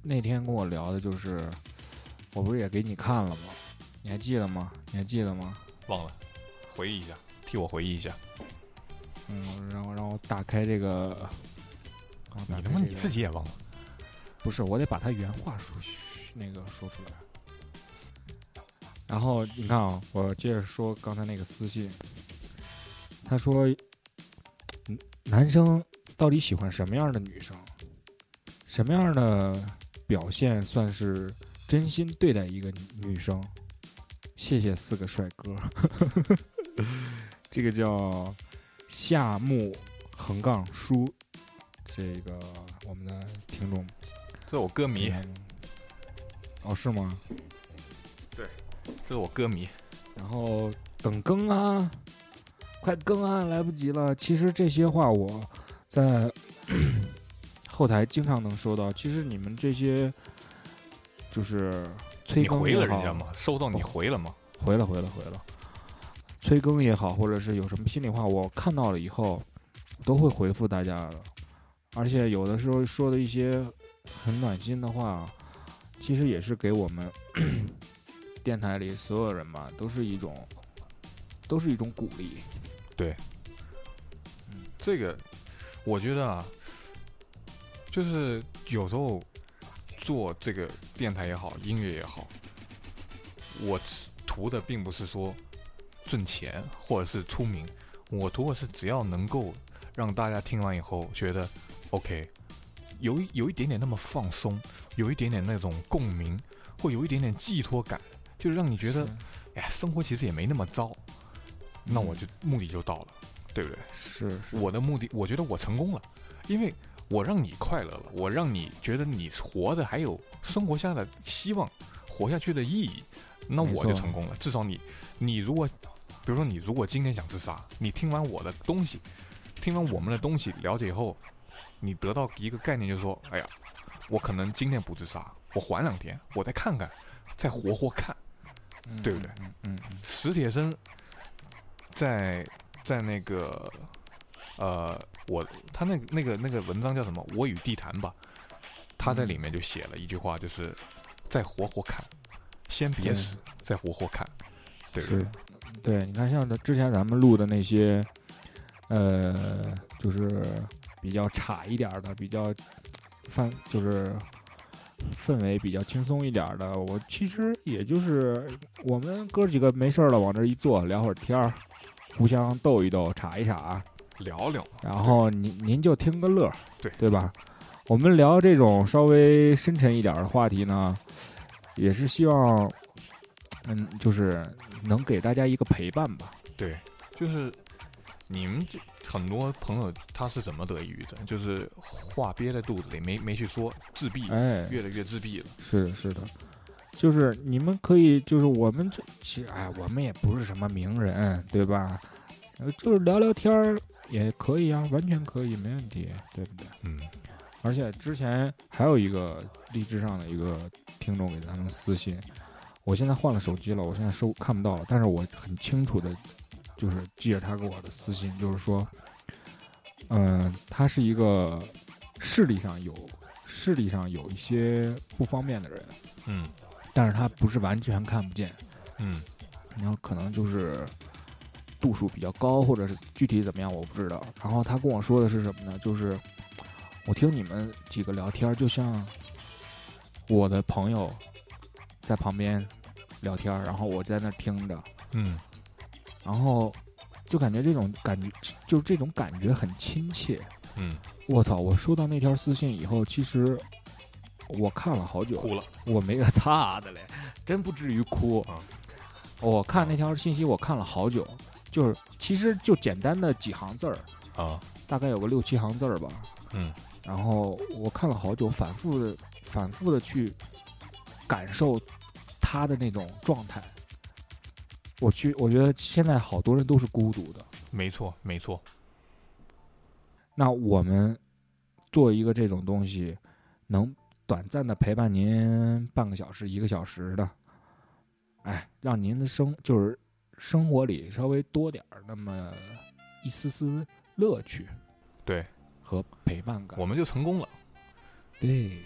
那天跟我聊的就是，我不是也给你看了吗？你还记得吗？你还记得吗？ 忘了，回忆一下，替我回忆一下。 嗯，然后让我打开这个， 你他妈你自己也忘了？ 不是，我得把它原话说那个说出来。然后你看啊，我接着说刚才那个私信，他说，男生到底喜欢什么样的女生？什么样的表现算是真心对待一个女生？谢谢四个帅哥。这个叫夏目横杠书，这个我们的听众， 这是我歌迷。 哦，是吗？ 对，这是我歌迷。 然后等更啊，快更啊，来不及了。其实这些话我在后台经常能收到。其实你们这些就是催更也好， 你回了人家吗？收到你回了吗？ 回了，回了，回了。催更也好，或者是有什么心里话，我看到了以后都会回复大家的。而且有的时候说的一些很暖心的话，其实也是给我们电台里所有人吧，都是一种，都是一种鼓励。 对，嗯，这个我觉得啊，就是有时候做这个电台也好，音乐也好，我图的并不是说挣钱或者是出名，我图的是只要能够让大家听完以后觉得 OK， 有有一点点那么放松，有一点点那种共鸣，或有一点点寄托感，就是让你觉得，哎呀，生活其实也没那么糟，那我就目的就到了，对不对？ 是，是我的目的，我觉得我成功了，因为我让你快乐了，我让你觉得你活着还有生活下的希望，活下去的意义，那我就成功了。至少你，你如果，比如说你如果今天想自杀，你听完我的东西，听完我们的东西了解以后，你得到一个概念，就是说，哎呀，我可能今天不自杀，我缓两天，我再看看，再活活看， 嗯、 对不对？ 嗯嗯嗯。 史铁生在在那个呃，我他那个那个那个文章叫什么？我与地坛吧，他在里面就写了一句话，就是再活活看，先别死，再活活看，对不对？ 是，对，你看像之前咱们录的那些，呃，就是比较差一点的，比较范，就是氛围比较轻松一点的，我其实也就是我们哥几个没事了，往这一坐，聊会儿天儿，互相逗一逗，插一插， 聊聊， 然后您您就听个乐， 对对吧？我们聊这种稍微深沉一点的话题呢，也是希望，嗯，就是能给大家一个陪伴吧。 对，就是你们这很多朋友他是怎么得抑郁症？就是话憋在肚子里，没没去说，自闭， 哎， 越来越自闭了。 是的，是的，就是你们可以，就是我们这其实哎，我们也不是什么名人，对吧？呃，就是聊聊天儿也可以啊，完全可以，没问题，对不对？ 嗯。 而且之前还有一个励志上的一个听众给咱们私信，我现在换了手机了，我现在收看不到了，但是我很清楚的，就是记着他给我的私信，就是说，嗯、呃，他是一个视力上有视力上有一些不方便的人， 嗯， 但是他不是完全看不见， 嗯， 然后可能就是度数比较高，或者是具体怎么样我不知道。然后他跟我说的是什么呢？就是我听你们几个聊天，就像我的朋友在旁边聊天，然后我在那听着， 嗯， 然后就感觉这种感觉，就这种感觉很亲切。 嗯， 我操！我收到那条私信以后，其实我看了好久， 哭了， 我没个擦的嘞，真不至于哭。 啊、 我看那条信息，我看了好久，就是其实就简单的几行字儿啊， 大概有个六七行字儿吧。 嗯。 然后我看了好久，反复的、反复的去感受他的那种状态。我去，我觉得现在好多人都是孤独的。 没错，没错。 那我们做一个这种东西，能短暂的陪伴您半个小时、一个小时的，哎，让您的生就是生活里稍微多点儿那么一丝丝乐趣。 对。 和陪伴感， 我们就成功了。 对，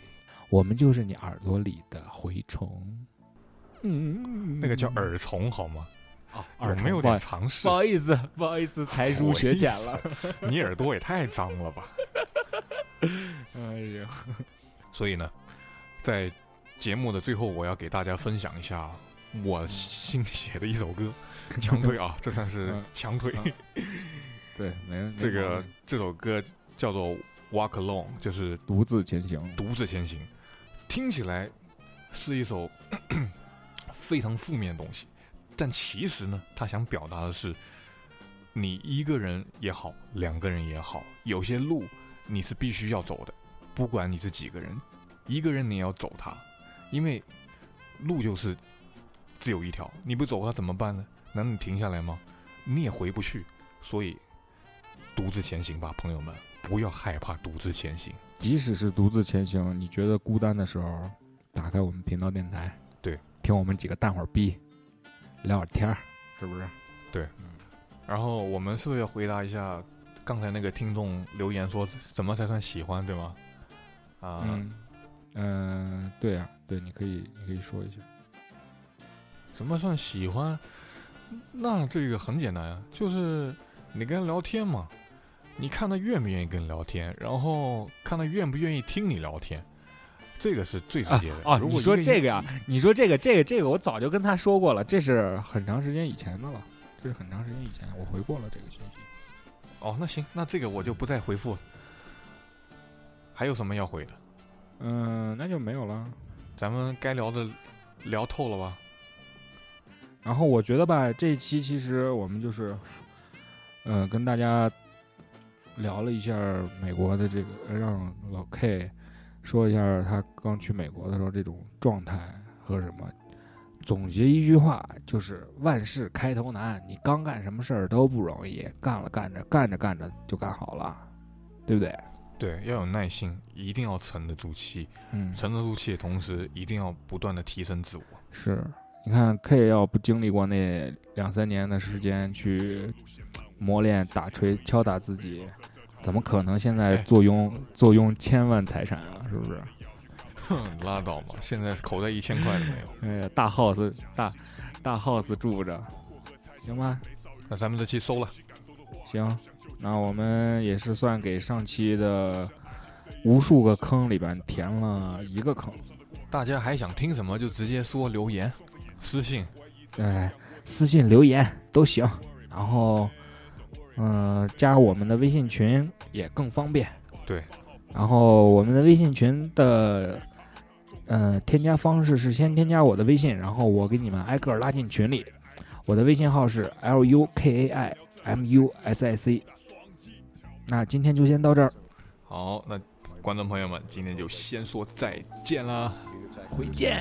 我们就是你耳朵里的蛔虫。嗯， 那个叫耳虫好吗？ 啊， 有没有点尝试？ 不好意思，不好意思，才疏学浅了。 你耳朵也太脏了吧！ 哎呀， 所以呢，在节目的最后，我要给大家分享一下我新写的一首歌，强推啊，这算是强推。 嗯、对，没人。 这个这首歌叫做 Walk Alone， 就是独自前行。 独自前行，听起来是一首咳咳非常负面的东西，但其实呢，他想表达的是，你一个人也好，两个人也好，有些路你是必须要走的，不管你是几个人，一个人你也要走它，因为路就是只有一条，你不走它怎么办呢？难道你停下来吗？你也回不去，所以独自前行吧，朋友们，不要害怕独自前行。 即使是独自前行，你觉得孤单的时候，打开我们频道电台， 对， 听我们几个淡会儿逼，聊会儿天儿，是不是？ 对，嗯。然后我们是不是要回答一下刚才那个听众留言说怎么才算喜欢，对吗？啊， 嗯，嗯、呃，对啊，对，你可以，你可以说一下， 怎么算喜欢？那这个很简单啊，就是你跟他聊天嘛，你看他愿不愿意跟你聊天，然后看他愿不愿意听你聊天，这个是最直接的。 哦、啊啊，你说这个呀、啊？你说这个，这个，这个，我早就跟他说过了，这是很长时间以前的了，这是很长时间以前我回过了这个信息。 哦，那行，那这个我就不再回复了。还有什么要回的？ 嗯，那就没有了。 咱们该聊的聊透了吧？ 然后我觉得吧，这一期其实我们就是，呃，跟大家聊了一下美国的这个，让老 K 说一下他刚去美国的时候这种状态和什么。总结一句话就是万事开头难，你刚干什么事儿都不容易，干了干着干着干着就干好了，对不对？ 对，要有耐心，一定要沉得住气。嗯，沉得住气的同时，一定要不断的提升自我。是， 你看 K 要不经历过那两三年的时间去磨练、打锤、敲打自己，怎么可能现在坐拥、哎、坐拥千万财产啊？是不是？ 哼，拉倒吧！现在口袋一千块都没有。 哎呀，大 house 大大 house 住着，行吧？ 那咱们这期收了。 行，那我们也是算给上期的无数个坑里边填了一个坑。 大家还想听什么就直接说留言、私信， 哎，私信留言都行。然后，嗯、呃，加我们的微信群也更方便。 对。 然后我们的微信群的。呃，添加方式是先添加我的微信，然后我给你们挨个拉进群里。我的微信号是 L U K A I M U S I C。那今天就先到这儿。 好，那观众朋友们，今天就先说再见啦， 回见。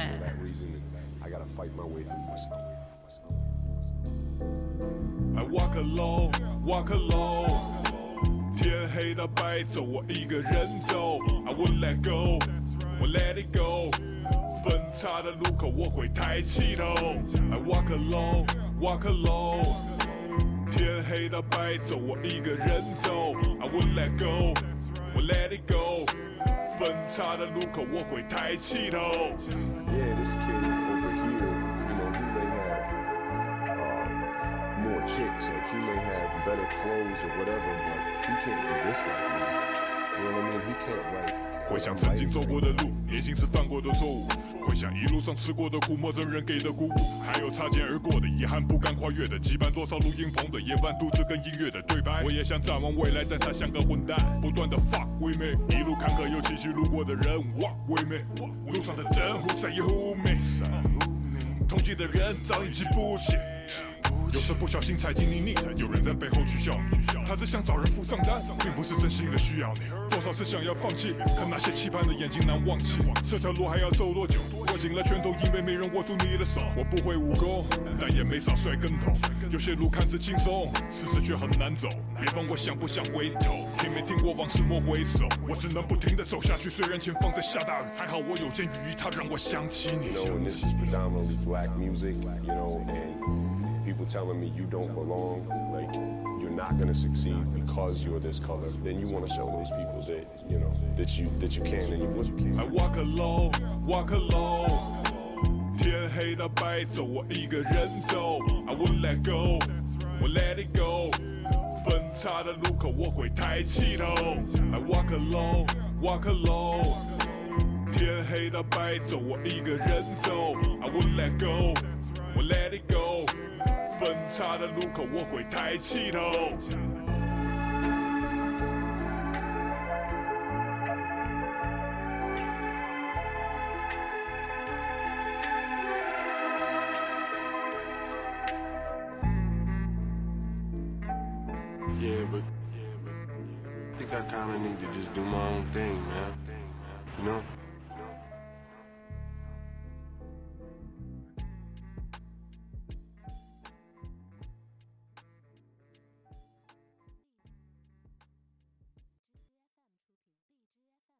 I walk alone, walk alone。天黑到白走，我一个人走。I won't let go。我 let it go， 分岔的路口我会抬起头。I walk alone, walk alone。天黑到白走，我一个人走。I won't let go， 我 let it go， 分岔的路口我会抬起头。 Yeah, this kid over here, you know, he may have uh, more chicks, or he may have better clothes or whatever, but he can't do this like me. You know what I mean? He can't write. 回想曾经走过的路，年轻时犯过的错误，回想一路上吃过的苦，陌生人给的鼓舞，还有擦肩而过的遗憾，不敢跨越的羁绊，多少录音棚的夜晚，独自跟音乐的对白。我也想展望未来，但他像个混蛋，不断的 fuck with me， 一路坎坷又崎岖路过的人 walk with me， 路上的灯 who say you who me， 同级的人早已记不起。有时不小心踩进泥泞，有人在背后取笑你，他只想找人付账单，并不是真心的需要你。多少次想要放弃，可那些期盼的眼睛难忘记。这条路还要走多久？握紧了拳头，因为没人握住你的手。我不会武功，但也没少摔跟头。有些路看似轻松，事实却很难走。别问我想不想回头，听没听过往事莫回首。我只能不停地走下去，虽然前方在下大雨，还好我有件雨衣，它让我想起你。 You know, and this is predominantly black music, you know, and people telling me you don't belong, like you're not going to succeed because you're this color, then you want to show those people that, you know, that you that you can and you will. I walk alone, walk alone. 天黑到白昼，我一个人走。I won't let go, won't let it go。分岔的路口，我会抬起头。I walk alone, walk alone。天黑到白昼，我一个人走。I won't let go, won't let it go。分岔的路口，我会抬起头。 Yeah, but I think I kind of need to just do my own thing, man. You know?